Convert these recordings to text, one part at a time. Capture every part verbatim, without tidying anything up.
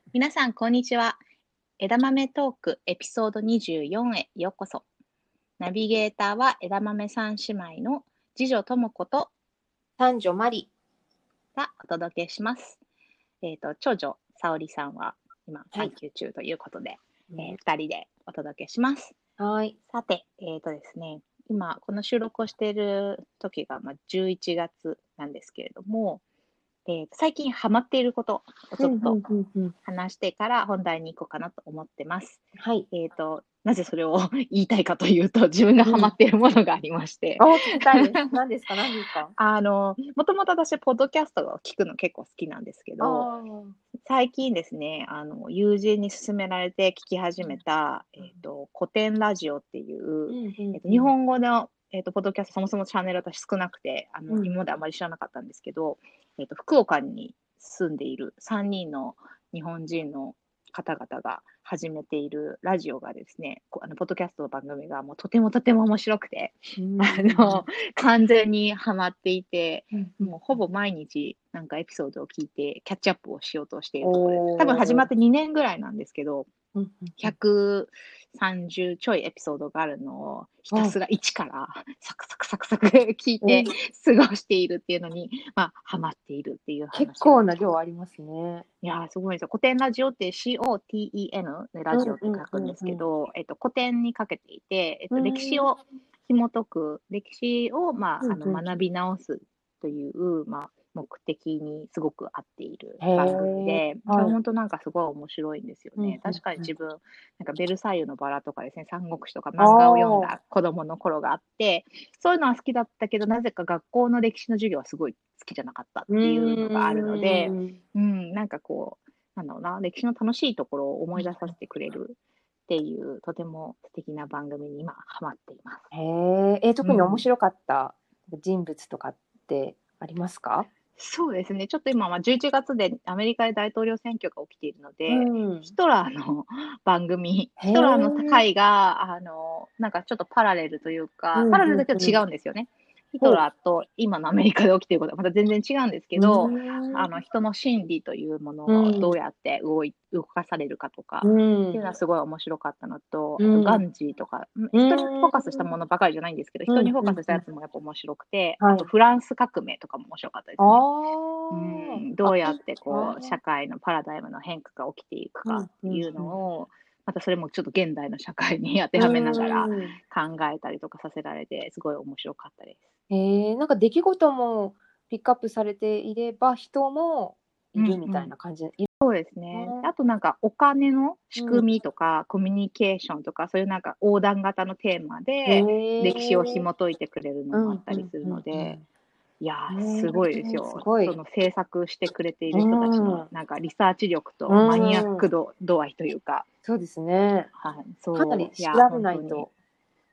皆さん、こんにちは。枝豆トークエピソードにじゅうよんへようこそ。ナビゲーターは枝豆三姉妹の次女ともこと三女マリがお届けします。えっ、と、長女沙織さんは今はい産休中ということで、 うんえー、ふたりでお届けします。 はいさて、えっ、とですね、今この収録をしている時が、まあ、じゅういちがつなんですけれども、えー、最近ハマっていることをちょっとうんうんうんうん話してから本題に行こうかなと思ってます。 はいえっ、と、なぜそれを言いたいかというと、自分がハマっているものがありまして、 お聞きたいです。何ですか何ですか？ あの、もともと私、ポッドキャストを聞くの結構好きなんですけあど、 あー最近ですね、あの、友人に勧められて聞き始めた、えっ、と、古典ラジオっていう、 うんうんえっ、と、日うん本語の、えっ、と、ポッドキャスト、そもそもチャンネル私少なくて、あの、 うん今まであまり知らなかったんですけど、えっ、と、福岡に住んでいるさんにんの日本人の方々が始めているラジオがですね、こあの、ポッドキャストの番組がもうとてもとても面白くて、 うんあの、完全にハマっていて、 うんうんもうほぼ毎日なんかエピソードを聞いてキャッチアップをしようとしているところです。多分始おーまってにねんぐらいなんですけど、 うんうんひゃくさんじゅうちょいエピソードがあるのをひたすらいちからサクサクサクサク聞いてうん過ごしているっていうのに、まあ、ハマっているっていう結話を。 構な量ありますね。 いやー、すごいですよ。古典ラジオって シーオーティーイーエヌ でラジオって書くんですけど、えっと、古典にかけていて、えっと、 うん歴史を紐解く、歴史を、まあ、あの、 うんうん学び直すという、まあ、目的にすごく合っているへ番組えで、これはい本当なんかすごい面白いんですようんね。 うん確かに自分、なんかベルサイユのバラとかですね、三国志とかあ漫画を読んあだ子供の頃があって、そういうのは好きだったけど、なぜか学校の歴史の授業はすごい好きじゃなかったっうていうのがあるので、 ーんうん、なんかこう、なんだろうな、歴史の楽しいところを思い出させてくれるっていう、とても素敵な番組に今ハマっています。 へええ特に面うん。 白かった人物とかってありますか？ そうですね。ちょっと今、まあ、じゅういちがつでアメリカで大統領選挙が起きているのうで、 んヒトラーの番組、 へヒトラーのえ回が、あの、なんかちょっとパラレルというか、 うんパラレルだけど違うんうんうんですよね。ヒトほうラーと今のアメリカで起きていることはまた全然違うんですけうど、 ーんあの、人の心理というものがどうんうやって動い、動かされるかとか、 うんっていうのはすごい面白かったのと、あとガうんンジーとか、んう人にフォーカスしたんものばかりじゃないんですけど、 うん人にフォーカスしたやうんつもやっぱ面白くて、あはいとフランス革命とかも面白かったですね。うあん、どあうやってこう、 ああ社会のパラダイムの変化が起きていくかっうんうんていうのうんを、またそれもちょっと現代の社会に当てうはめながらん考えたりとかさせられて、すごい面白かったです。 へえなんか出来事もピックアップされていれば人もいるみうんうん。 たいな感じいそうですね。あとなんかお金の仕うん組みとかコミュニケーションとか、そういうなんか横断型のテーマへで歴史をえ紐解いてくれるのうんもあったりするうんうんので、 うんいやへー、すごいですえすよ。 ごいその制作してくれていうる人たちのんなんかリサーチ力うとマニアッんク度度合いというか、 そうですねはい、 かなそう、いや、 り調べ本当に。 ないとうん。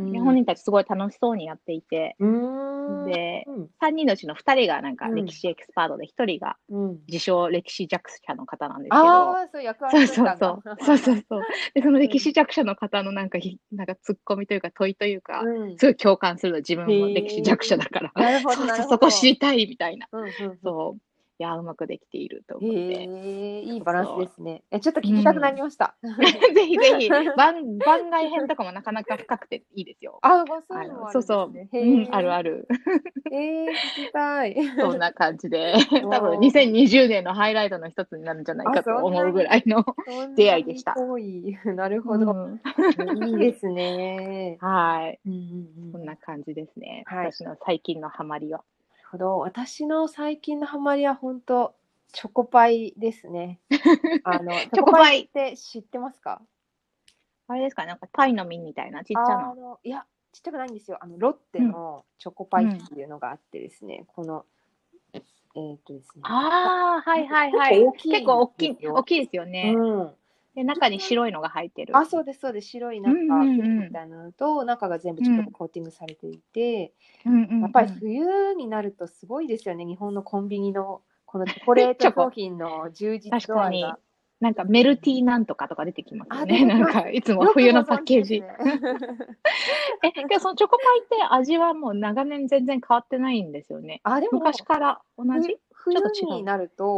いや、 うんう本人たちすごい楽しそうにやっていて、 ーんで、 うんさんにんのうちのふたりがなんかうん歴史エキスパートで、ひとりがうん自称歴史弱者の方なんですけど、 ああ、そう役そう割分担が。 そうそう。そうそうそう。で、そのうん。 歴史弱者の方のなんかひ、なんか突っ込みというか問いというか、 うん。 すごい共感するの。自分も歴史へえ。 弱者だから。 なるほどなそうそう、そこ知るほど。 りたいみたいな。 うんうんうん。 そう。いや、うまくできているとへ思って。 え、いいそうバランスでそすね。え、ちょっとう。 聞きたくなうん。 りました。 ぜひぜひ、番、番外編とかもなかなか深くていいですよ。 あ、ま、そうあの、 いうのもあそうそるんですね。 う。うん、あへえ。 るある。 ええ、聞きたい。 そんな感じで、多分おお。 にせんにじゅうねんのハイライトの一つになるんじゃないあ、 かとそん思うぐなにらいのそん出なに会いでした。 濃い。なるうほど。 ん。 いいですね。 はい。 うんうんうん。 そんな感じですね。 はい。 私の最近のハマりは。 なるほど。私の最近のハマりはほんとチョコパイですね。あの、チョチョコパイっコパイ。 て知ってますか？ あれですか、なんかパイの実みたいなちっちゃな。 あの、いや、ちっちゃくないんですよ。あの、ロッテうん。 のチョコパイっうん。 ていうのがあってですね、この、えーっとですね、 ああ、はいはい結はい。 構大き結いん構大きい、大ですよ。 きいですよね。 うん。 で、中に白いのが入ってる。 あ、そうですそうです。白いうんなんかクリームうんうん。 みたいなのと、中が全部チョコでうん。 コーティングされていて、 うんうやっぱりんうん。 冬になるとすごいですよね、日本のコンビニのこのチョコレート商チョコ。 品の充実確度合いが。 かに。なんかメルティーなんとかとか出てきますよあ、出ね。 てきます。 なんかいつもよくご冬のパッ存知ですね。 ケージ。え、けどそのチョコパイって味はもう長年全然変わってないんですよね。 あ、でも、 昔から同じ冬冬ちょっと違う。 になると、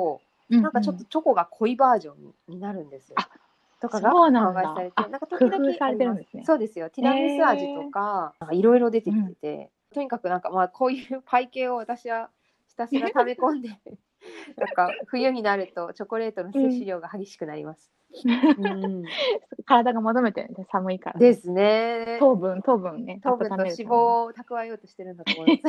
なんかちょっとチョコが濃いバージョンになるんですよ。 あ、 とかがそうなんだ。 販売されて、 あ、 なんか時々 工夫されてるんですね。 そうですよ。ティラミス味とか、いろいろ出てきてて、うん、とにかくなんかまあこういうパイ系を私はひたすら溜め込んで、なんか冬になるとチョコレートの摂取量が激しくなります。うん、 体が求めてるんで、寒いから、 ね。ですね。 糖分、糖分ね、 糖分と脂肪を蓄えようとしてるんだと思います。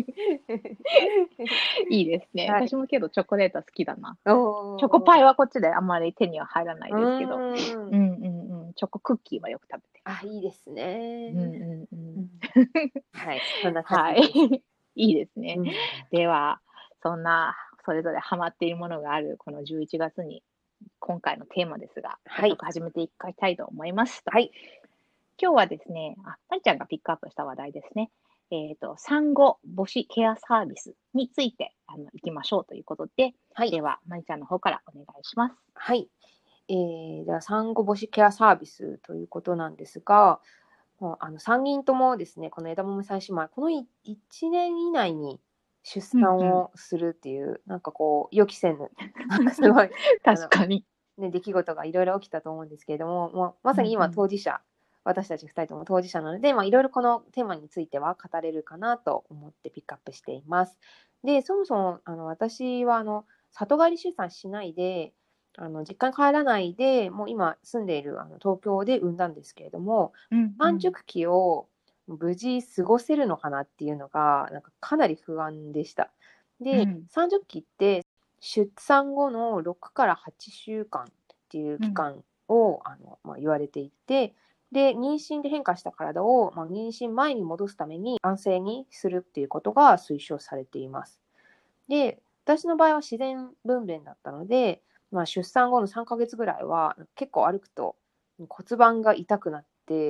いいですね、はい。私もけどチョコレート好きだな。チョョコパイはこっちであんまり手には入らないですけど、うんうんうん、チョコクッキーはよく食べて。 あ、いいですね。 うんうんうん。 はい、そんな感じです。はい、いいですね。うん、では、そんなそれぞれハマっているものがあるこのじゅういちがつに、今回のテーマですが、早速始めていきたいと思います。はい。今日はですね、あ、まりちゃんがピックアップした話題ですね。えっ、ー、と、産後母子ケアサービスについてあのいきましょうということで、はい、では、まりちゃんの方からお願いします。 はい。えー、では産後母子ケアサービスということなんですが、もうあのさんにんともですね、この枝豆さん姉妹、このいちねん以内に出産をするっていう、うんうん、なんかこう予期せぬすごい確かに、 ね、出来事がいろいろ起きたと思うんですけれども、もうまさに今当事者、うんうん、私たちふたりとも当事者なので、まあ、いろいろこのテーマについては語れるかなと思ってピックアップしています。で、そもそもあの私はあの里帰り出産しないで、あの実家に帰らないで、もう今住んでいるあの東京で産んだんですけれども、うんうん、産熟期を無事過ごせるのかなっていうのがなんかかなり不安でした。で、うん、産熟期って出産後のろくからはちしゅうかんっていう期間を、うん、あのまあ、言われていて、で妊娠で変化した体を、まあ、妊娠前に戻すために安静にするっていうことが推奨されています。で、私の場合は自然分娩だったので、まあ、出産後のさんかげつぐらいは結構歩くと骨盤が痛くなって、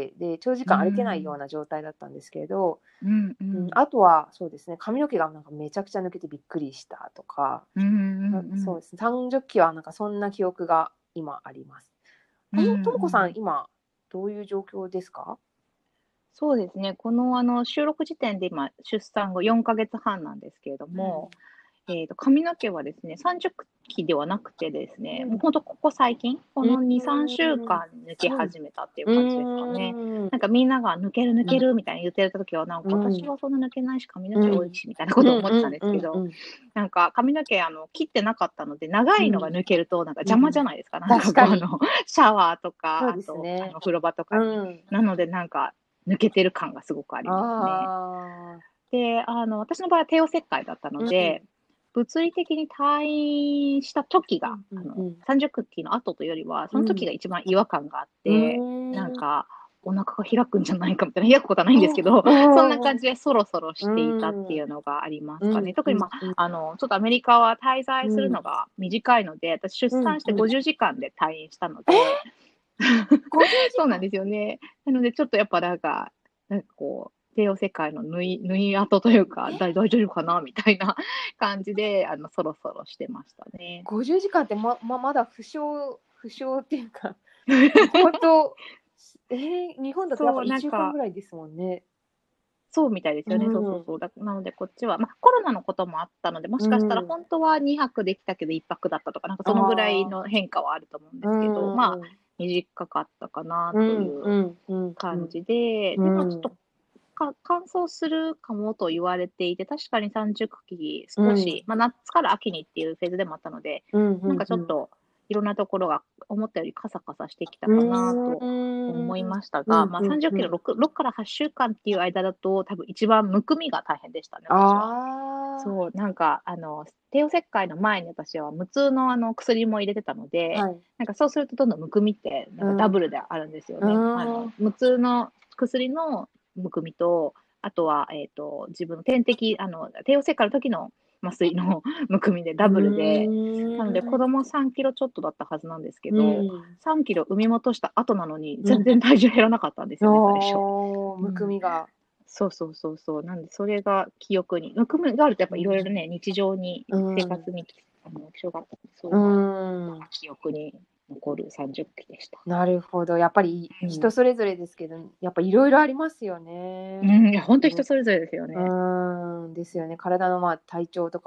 で長時間歩けないような状態だったんですけれど、うんうんうん、あとはそうですね、髪の毛がなんかめちゃくちゃ抜けてびっくりしたとか、うんうんうん、そうですね、産熟期はなんかそんな記憶が今あります。ともこさん、今どういう状況ですか？ そうですね、このあの収録時点で今出産後よんかげつはんなんですけれども、うん、えーと、髪の毛はですね産熟期ではなくてですね、うん、もう本当ここ最近このにさんしゅうかん抜け始めたっていう感じですかね。うん、なんかみんなが抜ける抜けるみたいに言ってた時はなんか、うん、私はそんな抜けないし髪の毛多いしみたいなことを思ってたんですけど、なんか髪の毛あの切ってなかったので長いのが抜けるとなんか邪魔じゃないですか、うん、なんかこうあのシャワーとか、ね、あとあの風呂場とかに、うん、なのでなんか抜けてる感がすごくありますね。で、あの、私の場合は帝王切開だったので、うん、物理的に退院した時が、うんうん、あの産熟期の後というよりは、その時が一番違和感があって、うん、なんか、お腹が開くんじゃないかみたいな、開くことはないんですけど、そんな感じでそろそろしていたっていうのがありますかね。特に、まあ、あの、ちょっとアメリカは滞在するのが短いので、私出産してごじゅうじかんで退院したので、そうなんですよね。なので、ちょっとやっぱなんか、なんかこう、帝王切開の縫い、縫い跡というか、大丈夫かなみたいな感じで、あの、そろそろしてましたね。 ごじゅうじかんってま、ま、まだ不詳、不詳っていうか、本当、えー、日本だとやっぱいっしゅうかんぐらいですもんね。 そうみたいですよね。うん、そうそうそう。だなので、こっちは、まあ、コロナのこともあったので、もしかしたら本当はにはくできたけどいっぱくだったとか、なんかそのぐらいの変化はあると思うんですけど、まあ、短かったかなという感じで、でもちょっとか乾燥するかもと言われていて、確かに産熟期少し、うん、まあ、夏から秋にっていうフェーズでもあったので、うんうんうん、なんかちょっといろんなところが思ったよりカサカサしてきたかなと思いましたが、うんうんうん、まあ、産熟期の 6, ろくからはちしゅうかんっていう間だと多分一番むくみが大変でしたね、私は。そう、なんかあの帝王切開の前に私は無痛のあの薬も入れてたので、はい、なんかそうするとどんどんむくみってなんかダブルであるんですよね。うん、あの無痛の薬のむくみと、あとは、えっと、自分の点滴、あの、帝王切開の時の麻酔のむくみでダブルで、なので子供さんキロちょっとだったはずなんですけど、さんキロ産み戻した後なのに全然体重減らなかったんですよね、最初。 むくみが、うん。 そうそうそうそう。なんで、それが記憶に、むくみがあるとやっぱいろいろね、日常に、生活に、あの、気象があったので、そういう記憶に残る産熟期でした。 なるほど。やっぱり人それぞれですけど、うん、やっぱいろいろありますよね。 うん、いや本当人それぞれですよね。 うん、ですよね。体のまあ体調とか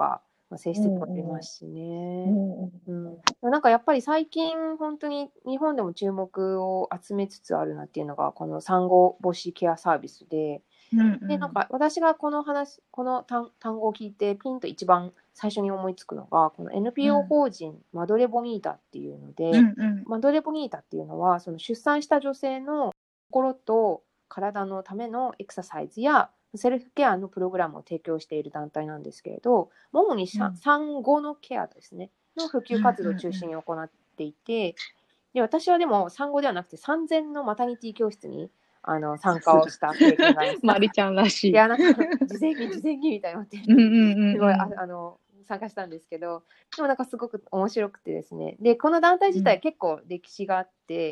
まあ、性質もありますしね。 うんうんうん、なんかやっぱり最近本当に日本でも注目を集めつつあるなっていうのがこの産後母子ケアサービスで、 うんうんでなんか私がこの話この単単語を聞いてピンと一番最初に思いつくのがこの エヌピーオー 法人マドレボニータっていうので、 うんうんマドレボニータっていうのはその出産した女性の心と体のためのエクササイズやセルフケアのプログラムを提供している団体なんですけれど、主にさうん産後のケアですねの普及活動を中心に行っていて、で私はでも産後ではなくて産前のマタニティ教室にあの参加をした経験があります。 マリちゃんらしい。 いやなんか事前に事前にみたいなってうんうんうんうんすごいああの参加したんですけど、でもなんかすごく面白くてですね、でこの団体自体結構歴史があって、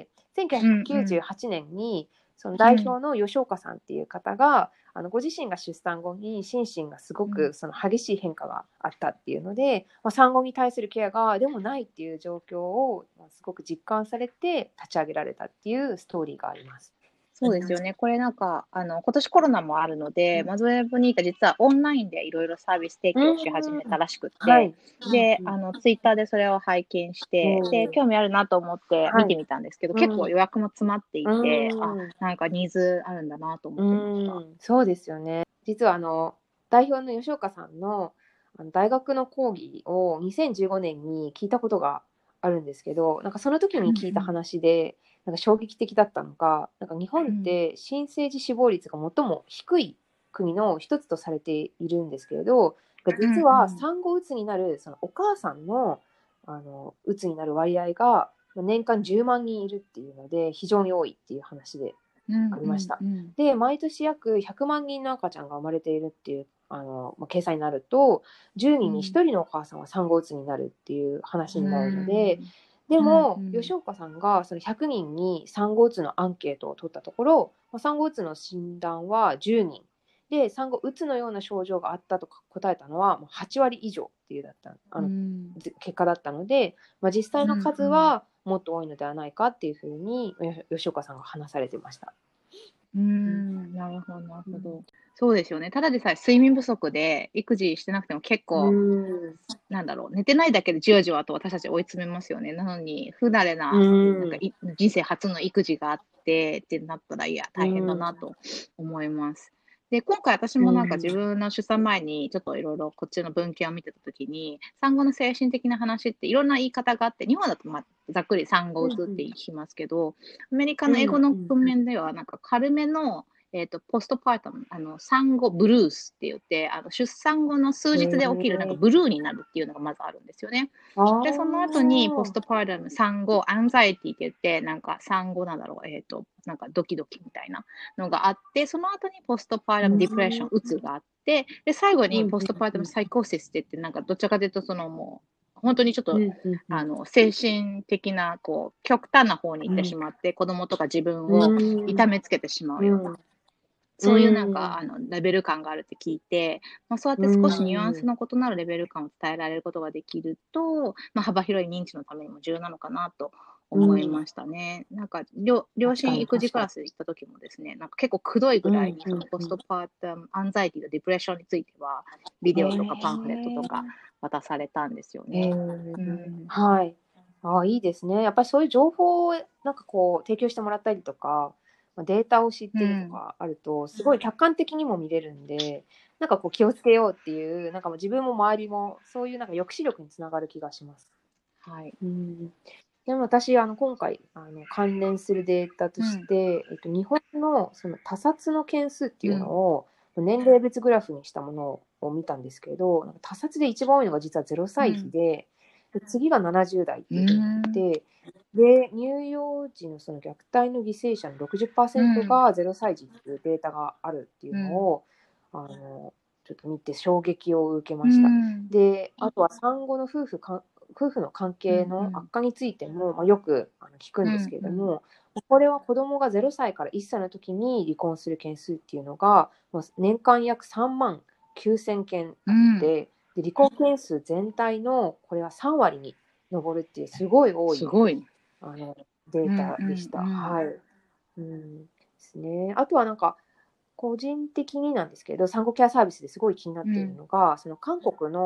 せんきゅうひゃくきゅうじゅうはちねんにその代表の吉岡さんっていう方が、あのご自身が出産後に心身がすごくその激しい変化があったっていうので、まあ、産後に対するケアがでもないっていう状況をまあすごく実感されて立ち上げられたっていうストーリーがあります。 そうですよね。これなんか、あの、今年コロナもあるので、マゾエボニータ実はオンラインでいろいろサービス提供し始めたらしくって、 はい。 で、あの、ツイッターでそれを拝見して、で、興味あるなと思って見てみたんですけど、 はい結構予約も詰まっていて、 うんあ、なんかニーズあるんだなと思ってました。 うん、そうですよね。実はあの代表の吉岡さんのあの大学の講義をにせんじゅうごねんに聞いたことがあるんですけど、なんかその時に聞いた話で、なんか衝撃的だったのが、なんか日本って新生児死亡率が最も低い国の一つとされているんですけれど、実は産後うつになるそのお母さんのあのうつになる割合が年間じゅうまんにんいるっていうので非常に多いっていう話でありました。 うんうんうんで、毎年約ひゃくまんにんの赤ちゃんが生まれているっていうあの、まあ、計算になると、じゅうにんにひとりのお母さんは産後うつになるっていう話になるので、でも、 うんうん吉岡さんがそのひゃくにんに産後うつのアンケートを取ったところ、まあ、産後うつの診断はじゅうにん。で、産後うつのような症状があったと答えたのはもうはちわり以上っていうだったあの、 うん結果だったので、まあ、実際の数はもっと多いのではないかっていうふうに吉岡さんが話されてました。 うーん、なるほど、なるほど。そうですよね。ただでさえ睡眠不足で育児してなくても結構、なんだろう、寝てないだけでじわじわと私たち追い詰めますよね。なのに、不慣れな、なんかい人生初の育児があってってなったら、いや、大変だなと思います。で、今回私もなんか自分の出産前にちょっといろいろこっちの文献を見てたときに、産後の精神的な話っていろんな言い方があって、日本だとまあざっくり産後うつって言いますけど、アメリカの英語の文面ではなんか軽めの、えっと、ポストパートム、あの、産後ブルースって言って、あの、出産後の数日で起きるなんかブルーになるっていうのがまずあるんですよね。で、その後にポストパートム、産後、アンザイティって言って、なんか産後なんだろう、えっと、なんかドキドキみたいなのがあって、その後にポストパートムディプレッション、うつがあって、で、最後にポストパートムサイコーシスって言って、なんかどちらかというとそのもう、本当にちょっと、あの、精神的な、こう、極端な方に行ってしまって、子供とか自分を痛めつけてしまうような、そういうなんか、あの、レベル感があるって聞いて、まあ、そうやって少しニュアンスの異なるレベル感を伝えられることができると、まあ、幅広い認知のためにも重要なのかなと思いましたね。なんか、両両親育児クラス行った時もですね、なんか結構くどいぐらいに、そのポストパートムアンザイティとディプレッションについては、ビデオとかパンフレットとか渡されたんですよね。 うんはい。ああ、いいですね。やっぱりそういう情報をなんかこう提供してもらったりとか、データを知ってるとかあると、すごい客観的にも見れるんで、なんかこう気をつけようっていう、なんかもう自分も周りもそういうなんか抑止力につながる気がします。 はい。 うんでも私、あの今回あの関連するデータとして、えっと、日本のその他殺の件数っていうのを、年齢別グラフにしたものを見たんですけど、なんか他殺で一番多いのが実はゼロさい児で、で次がななじゅう代っていうふうになってで、乳幼児のその虐待の犠牲者の ろくじゅっパーセント がゼロさい児っていうデータがあるっていうのを、あのちょっと見て衝撃を受けました。で、あとは産後の夫婦か夫婦の関係の悪化についても、まあ、よくあの聞くんですけれども、これは子どもがゼロさいからいっさいの時に離婚する件数っていうのが、もう年間約さんまんきゅうせんけんあって、で離婚件数全体のこれはさんわりに上るっていうすごい多いすごいあのデータでした。はい。うんですね。あとはなんか個人的になんですけど、産後ケアサービスですごい気になっているのが、その韓国の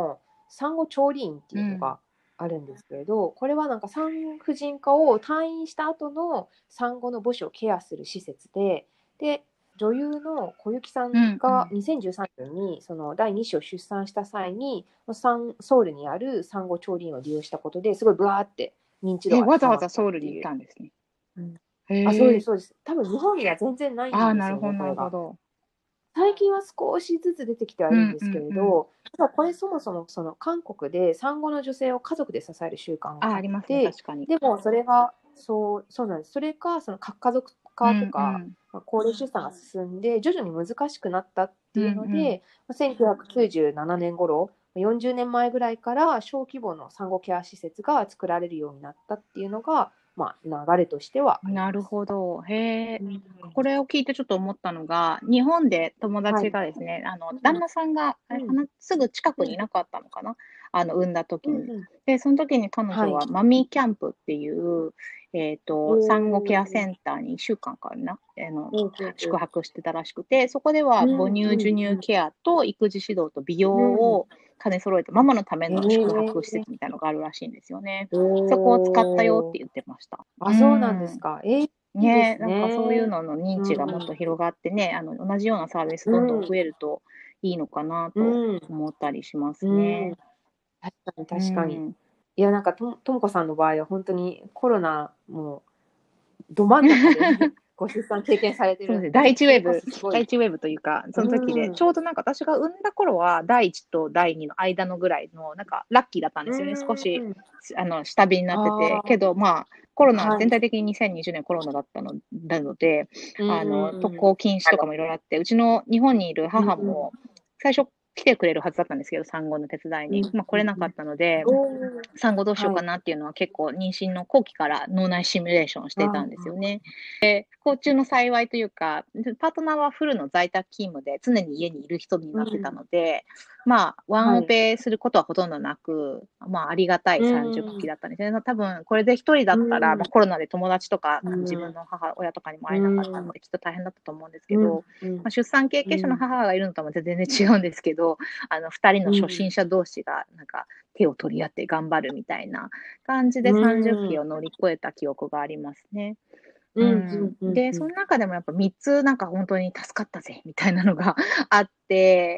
産後調理院っていうのがあるんですけれど、これはなんか産婦人科を退院した後の産後の母子をケアする施設で、で女優の小雪さんがにせんじゅうさんねんにそのだいに子を出産した際に産ソウルにある産後調理院を利用したことですごいブワーって認知度え、 がわざわ高まったっていう。 ざソウルに行ったんですね。 うんへあ、そうでえ。 す、そうです。多分日本には全然ないああ、 んですよね、 なるほど、なこれが。 るほど。 最近は少しずつ出てきてはいうんるんですけうんうん。 れど、ただこれそもそもその韓国で産後の女性を家族で支える習慣ああ、 があっありますね、 て、 確かに。 でもそれがそうそうなんです。それかその核家族う化とか、 んうん。 まあ高齢出産が進んで徐々に難しくなったってうんいうのうん。 で、まあせんきゅうひゃくきゅうじゅうななねん頃、よんじゅうねんまえぐらいから小規模の産後ケア施設が作られるようになったっていうのが、まあ、流れとしてはありなるます。 ほど。へえ。 うんこれを聞いてちょっと思ったのが、日本で友はい。 達がですね、あの、 うん旦那さんが、あうんれかな、すぐ近くうんにいなかったのかな、あの、産んだ時に。 うんうんで、その時に彼はい。 女はマミーキャンプっていう、えっと、産後ケアセおーンターにいっしゅうかんかんかな、あの、 ほうほうほ宿う。 泊してたらしくて、そこではうん母乳うん授乳ケアと育児指導と美容うん。 を兼ね揃えたママのためへの宿泊施え。 設みたいなのがあるらしいんですよね。そこを使ったよっておー。 言ってました。うあ、そうなんですん。 か。えー、いいでね、 すなんかそういうね。 のの認うん。 知がもっと広がってね、あの、同じようなサービスどんどんうん。 増えるといいのかなとうん。 思ったりしますうん。 ね。 確かにう確かに。 ん。 いや、なんかと、ともこさんの場合は本当にコロナもど真ん中でご出産経験されてそうですね、第るんで、それこ一ウェーブ、 そすごい。 第一ウェーブというか、その時で、 うん。 ちょうどなんか私が産んだ頃は、だいいちとだいにの間のぐらいの、なんかラッキーだったんですよね。少し、 うん。 あの、下火になってて。けあど、まあ、コロあ、 ナ、 はい。 全体的ににせんにじゅうねんコロナだったの、なので、 うあの、渡ん。 航禁止とかもいろいろあって、うちの日本にいるうん。 母も、最初来てくれるはずだったんですけど、産後の手伝いに。 うん。 まあ、来れなかったので、 おー。 産後どうしようはい。 かなっていうのは結構妊娠の後期から脳内シミュレーションしていたんですよあね。で、不幸中の幸いというか、パートナーはフルの在宅勤務で常に家にいる人にうなってたん。 ので、まあ、ワンオはい。 ペすることはほとんどなく、まあ、ありがたいうさんじゅっきん。 だったんですね。多分、これで一人だうったら、まあ、 ん。 コロナで友達とか、あの自うん。 分の母親とかにもう会えなかったのん。 で、きっと大変だったと思うんですけうん。 ど、 うん。 まあ、出産経験者のうん。 母がいるのとはまた全然違うんですけど、あの、二人の初心者同士が、なんか、手を取り合って頑張るみたいな感じでうさんじゅっきん。 を乗り越えた記憶がありますね。 うん。 うん。 うん。 で、 うん。 その中でもやっぱみっつなんか本当に助かったぜみたいなのがあって、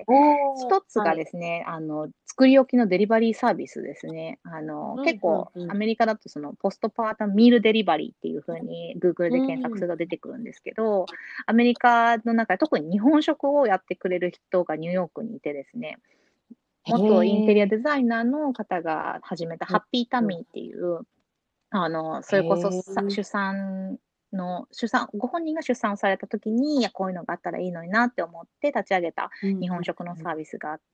おー。 一つはい。 がですね、あの、作り置きのデリバリーサービスですね。あの、 うん。うん。 結構うん。 アメリカだとそのポストパータムミールデリバリーっていう風に Google で検索すると出てくるんですけど、アメリカの中で特に日本食をやってくれる人がニューヨークにいてですね、 へ元インテリアえ。 デザイナーの方が始めたハッピータミーっていう、あの、そへれこそえ。 さ出産の、出産、ご本人が出産をされた時に、いや、こういうのがあったらいいのになって思って立ち上げたうん。 日本食のサービスがあって、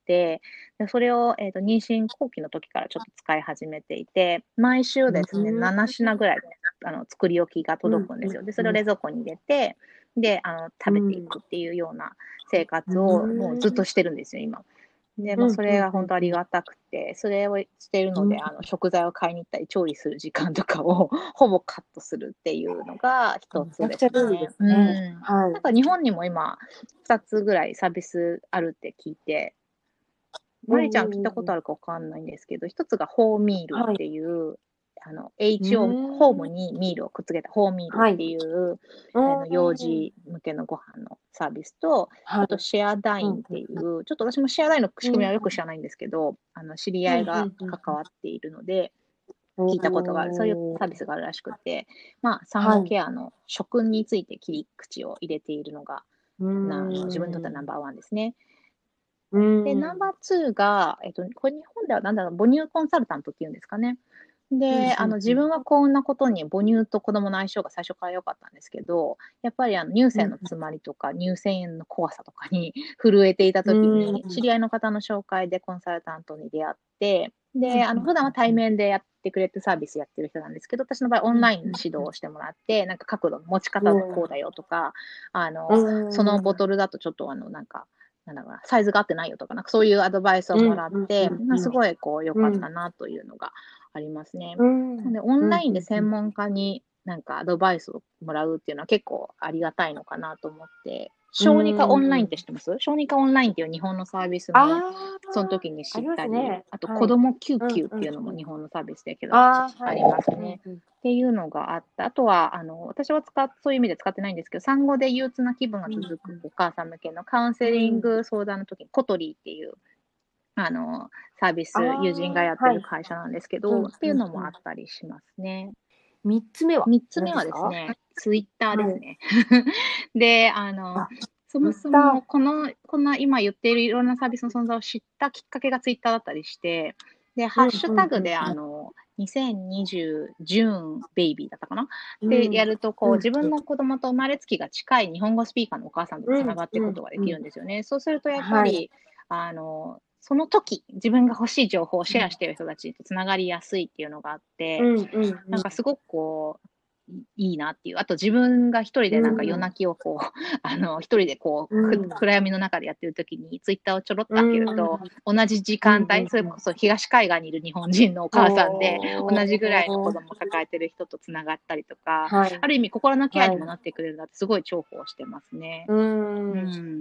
でそれを、えっと、妊娠後期の時からちょっと使い始めていて、毎週うん。 ですね、なな品ぐらい、あの、作り置きがうん。 届くんですよ。で、それを冷蔵庫に入れて、で、あの、食べていうん。 くっていうような生う活をもうずっとん。 してるんですよ、今。で、まあ、 うん。 それが本当ありがたくて、それをしているので、 うん。 あの、食材を買いに行ったり、調理する時間とかをほぼカットするっていうのが一めちゃくつでちゃ便利ですね。うすね。 ん。 はい。 なんか日本にも今、二つぐらいサービスあるって聞いて、 おマリちゃん聞いたこー。 とあるかわかんないんですけど、一つがホーミールはい。 っていう、あの、 うエイチオー、ホームーん。 にミールをくっつけたホーミールはい。 っていう、 うあの、幼ん。 児向けのご飯のサービスと、 はい。 あとシェアダうん。 インっていう、ちょっと私もシェアダインの仕組みはうん。 よく知らないんですけど、あの、知りうん。 合いがうん。 関わっているので、聞いたことがある。そういうおー。 サービスがあるらしくて、まあ、産後はい。 ケアの食について切り口を入れているのが、 うーなあの自分にとってはナンん。 バーワンですね。 うで、ナンバん。 ーツーが、えっと、これ日本ではなんだろう、母乳コンサルタントっていうんですかね。で、 うん。 あの、 うん。 自分は幸運なことに母乳と子供の相性が最初から良かったんですけど、やっぱりあの乳腺のうん。 詰まりとか乳腺炎の怖さとかに震えていたう時に、知ん。 り合いの方の紹介でコンサルタントに出会って、 うん。 で、あの、普段は対面でやってくれてサービスやってる人なんですけど、私の場合オうん。 ンラインで指導をしてもらって、なんか角度、持ちう方がこうだよとか、あん。 の、そのボうん。 トルだとちょっとあの、なんか、なんだろうな、サイズが合ってないよとか、なんかそういうアドバイスをうん。 もらっうん。 て、まあ、 うん。 すごいこう良かったうん。 なというのがありますね。 うん。 なんで、オうん。 ンラインでうん。 専門家になんかアドバイスをもらうっていうのは結構ありがたいのかなと思って小児科オンラインって知ってます？小児科オンラインっていう日本のサービスもその時に知ったり、あ,、ね、あと子供救急っていうのも日本のサービスだけど、ありますね、はい、っていうのがあった。あとはあの私は使っそういう意味で使ってないんですけど、産後で憂鬱な気分が続くお母さん向けのカウンセリング相談の時にコトリーっていうあのサービス、友人がやってる会社なんですけど、はい、っていうのもあったりしますね。 みっつめはみっつめはですね、ツイッターですね。はい、で、あの、あそもそもこの、こんな今言っているいろんなサービスの存在を知ったきっかけがツイッターだったりして、で、ハッシュタグで、あの、にせんにじゅうジューンベイビーだったかな、で、やると、こう、自分の子供と生まれつきが近い日本語スピーカーのお母さんとつながっていくことができるんですよね。そうすると、やっぱり、はい、あの、その時、自分が欲しい情報をシェアしている人たちとつながりやすいっていうのがあって、うんうんうん、なんかすごくこう、いいなっていう。あと自分が一人でなんか夜泣きをこう、うん、あの、一人でこう、うん、暗闇の中でやってる時にツイッターをちょろっと開けると、うん、同じ時間帯、うん、それこそ東海岸にいる日本人のお母さんで、同じぐらいの子供を抱えてる人とつながったりとか、はい、ある意味心のケアにもなってくれるなってすごい重宝してますね。 うん、うん、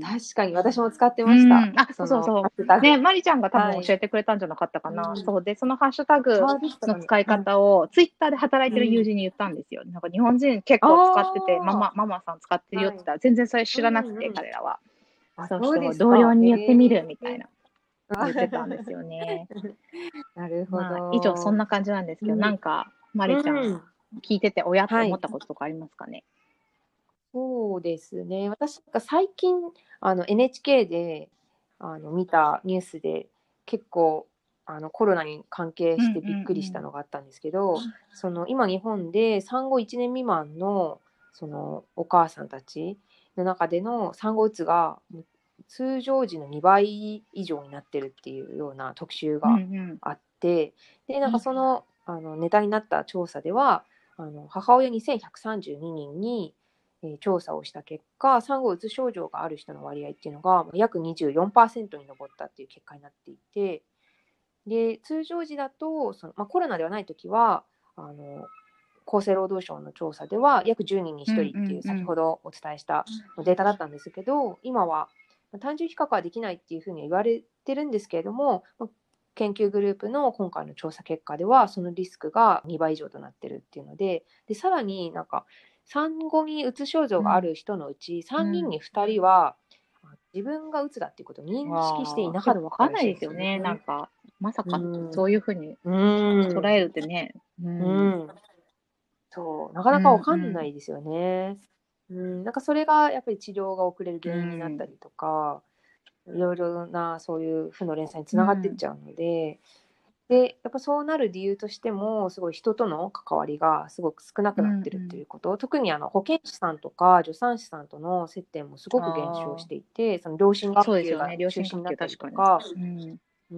確かに私も使ってました。うん、 あ、そうそうそう。ね、マリちゃんが多分教えてくれたんじゃなかったかな。はい、そうで、そのハッシュタグの使い方をツイッターで働いてる友人に言ったんですよ。なんか日本人結構使ってて、ママ、ママさん使ってるよって言ったら、全然それ知らなくて、彼らは。そうそう、同僚に言ってみるみたいな、言ってたんですよね。 なるほど。まあ、 以上、そんな感じなんですけど、なんか、マリちゃん、聞いてて、親って思ったこととかありますかね？ そうですね。私が最近、あの エヌエイチケー であの見たニュースで結構あのコロナに関係してびっくりしたのがあったんですけど、うんうんうん、その今日本で産後いちねん未満のそのお母さんたちの中での産後うつが通常時のにばい以上になってるっていうような特集があって、うんうん、でなんかその、あのネタになった調査ではあの母親にせんひゃくさんじゅうににんにえー、調査をした結果、産後うつ症状がある人の割合っていうのが約 にじゅうよんパーセント に上ったっていう結果になっていて、で通常時だとその、まあ、コロナではないときはあの厚生労働省の調査では約じゅうにんにひとりっていう先ほどお伝えしたデータだったんですけど、今は単純比較はできないっていうふうに言われてるんですけれども、研究グループの今回の調査結果ではそのリスクがにばい以上となってるっていうので、でさらになんか産後にうつ症状がある人のうちさんにんにふたりは、うん、自分がうつだっていうことを認識していなかった、 ね、わかんないですよね。なんかまさかそういうふうに捉えるってね、うん、 うん、そうなかなかわかんないですよね。うんうん、なんかそれがやっぱり治療が遅れる原因になったりとか、うん、いろいろなそういう負の連鎖につながっていっちゃうので。うんでやっぱそうなる理由としてもすごい人との関わりがすごく少なくなってるっていうこと、うんうん、特にあの保健師さんとか助産師さんとの接点もすごく減少していて、その両親学級が中心になったりとか、うん、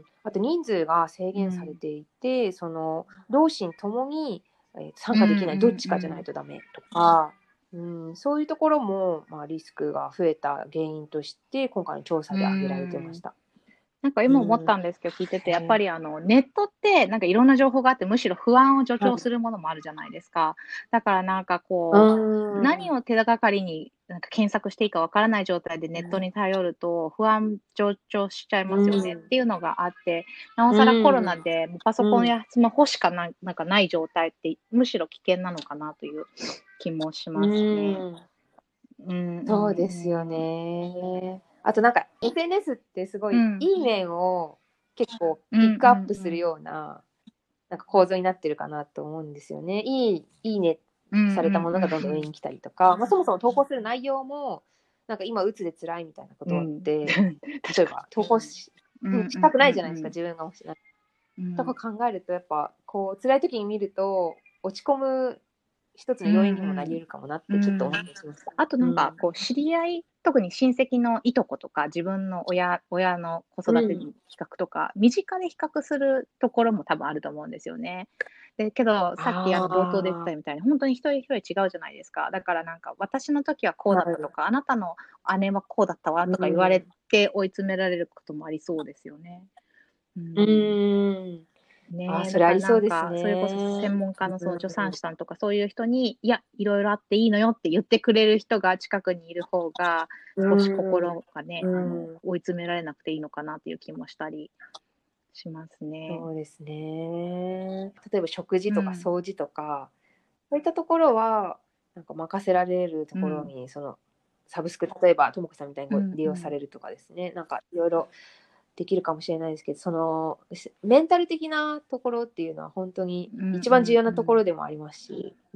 あと人数が制限されていて、うん、その両親ともに参加できない、どっちかじゃないとダメとか、うんうん、そういうところも、まあ、リスクが増えた原因として今回の調査で挙げられてました。うんなんか今思ったんですけど、聞いてて、やっぱりあのネットってなんかいろんな情報があって、むしろ不安を助長するものもあるじゃないですか。だからなんかこう、何を手がかりになんか検索していいかわからない状態でネットに頼ると不安助長しちゃいますよねっていうのがあって、なおさらコロナでパソコンやスマホしかななんかない状態ってむしろ危険なのかなという気もしますね。 うん、そうですよね。あとなんか エスエヌエス ってすごいいい面を結構ピックアップするような、なんか構造になってるかなと思うんですよね。いい、いいねされたものがどんどん上に来たりとか、まあ、そもそも投稿する内容もなんか今うつで辛いみたいなことって、うん、例えば投稿 し,、うん、したくないじゃないですか、自分がもしない。うん、とか考えるとやっぱこう辛い時に見ると落ち込む一つの要因にもなり得るかもなってちょっと思ってしました。 あとなんかこう知り合い、特に親戚のいとことか自分の親親の子育てに比較とか、うん、身近で比較するところも多分あると思うんですよね。でけどさっきあの冒頭で言ったみたいに本当に一人一人違うじゃないですか。だからなんか私の時はこうだったとか、はい、あなたの姉はこうだったわとか言われて追い詰められることもありそうですよね。 うん、うんね、 あ、それあだからなんりそうですか、それこそ専ね。 門家のその助産う師さんとかそういう人に、いや、いろいろあっていいのよって言ってくれる人が近くにいる方が、少しん。 心がね、 うあの、 ん。 追い詰められなくていいのかなっていう気もしたりしますね。 そうですね。例えば食事とかうん。 掃除とか、そういったところは、なんか任せられるとうん。 ころに、その、サブスク、例えば、ともこさんみたいにうごんうん。 利用されるとかですね、なんかいろいろできるかもしれないですけど、その、しメンタル的なところっていうのは本当にうん一番重要なとこうんうん。 ろでもありますし、うん。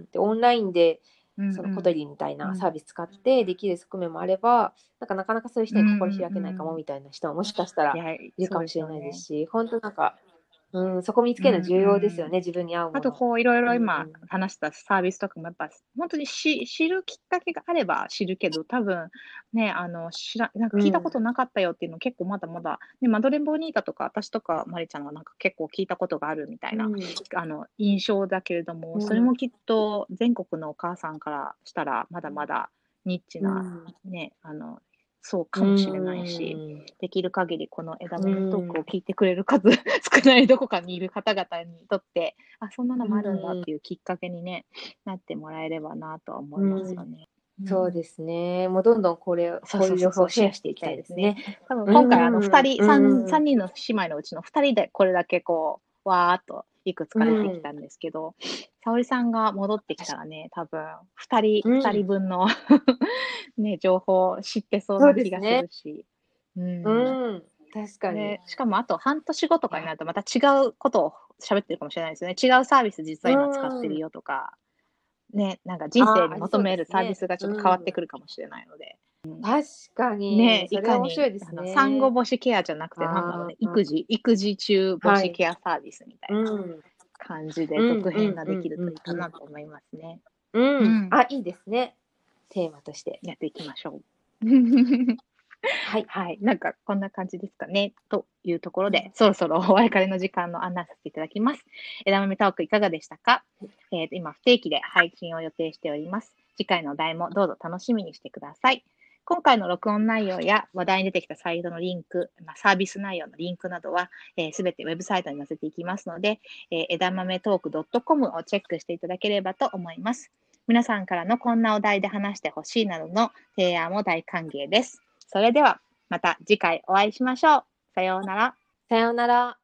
で、オンラインで、 うんそのコトうん。 リみたいなサーうん。 ビス使ってできる側面もあれば、なんかなかなかそういう人に心うんうん開けないかもうん。 みたいな人はもしかしたらいや、 いるそうでかもしれないですすよね。 し、本当なんか、うん、そこ見つけるのうんう重要ですよん。 ね、自分に合うもの。 あとこういろいろ今うん。 話したサービスとかもやっぱ本当にし知るきっかけがあれば知るけど、多分ね、あの、知らなんか聞いたうん。 ことなかったよっていうの結構まだまだ、ね、マドレーヌ・ボニータとか私とかマリちゃんはなんか結構聞いたことがあるみたいな、 うん。 あの、印象だけれども、それうん。 もきっと全国のお母さんからしたらまだまだニッチなうん。 ね、あの、そううかもしれないし、 ん。 できる限りこの枝う豆トークをん。 聞いてくれる数少ないどこかにいる方々にとって、あ、そんなのもあるんだっうん。 ていうきっかけにね、なってもらえればなとは思いますうん。 よね。うんうん。 そうですね。もうどんどんこれ、 そうこういうそうそうそう、 情報をシェシェアしていきアしていきたたいですね。 いですね。 多分う今回あのん。 2 う人、3、 ん。 三人の姉妹のうちのふたりでこれだけこう、わーっといくつか出てきうん。 たんですけど、沙織さんが戻ってきたらね、多分ふたり、2 うん。 人分のね、情報を知ってそうそうな気がすですね。 るし、うん。 うん。確かに。 で、しかもあと半年後といや、 かになるとまた違うことを喋ってるかもしれないですよね。違うサービス実は今使ってうん。 るよとか、ね、なんか人あ生あ、ありそうでに求めるすね。 サービスがちょっと変わってうん。 くるかもしれないので。 確かに、 ね、いそれかに、 面白いですあの、産後ね。 母子ケアじゃなくて、なんだろうね、 ああ、 育児、育児中母はい。 子ケアサービスみたいなうん。 感じでうん続編ができうんうんるといいかうんうん。 なと思いますね。 うん。 うん。 あ、いいですね。テーマとして。 やっていきましょう。 はい。 はい。なんか、こんな感じですかね。というところで、そろそろお別れの時間の案内させていただきます。枝豆トークいかがでしたか？えーと、今、不定期で配信を予定しております。次回のお題もどうぞ楽しみにしてください。今回の録音内容や話題に出てきたサイトのリンク、まあ、サービス内容のリンクなどは、すべ、えー、てウェブサイトに載せていきますので、えー、枝豆トーク .com をチェックしていただければと思います。皆さんからのこんなお題で話してほしいなどの提案も大歓迎です。それでは、また次回お会いしましょう。さようなら。 さようなら。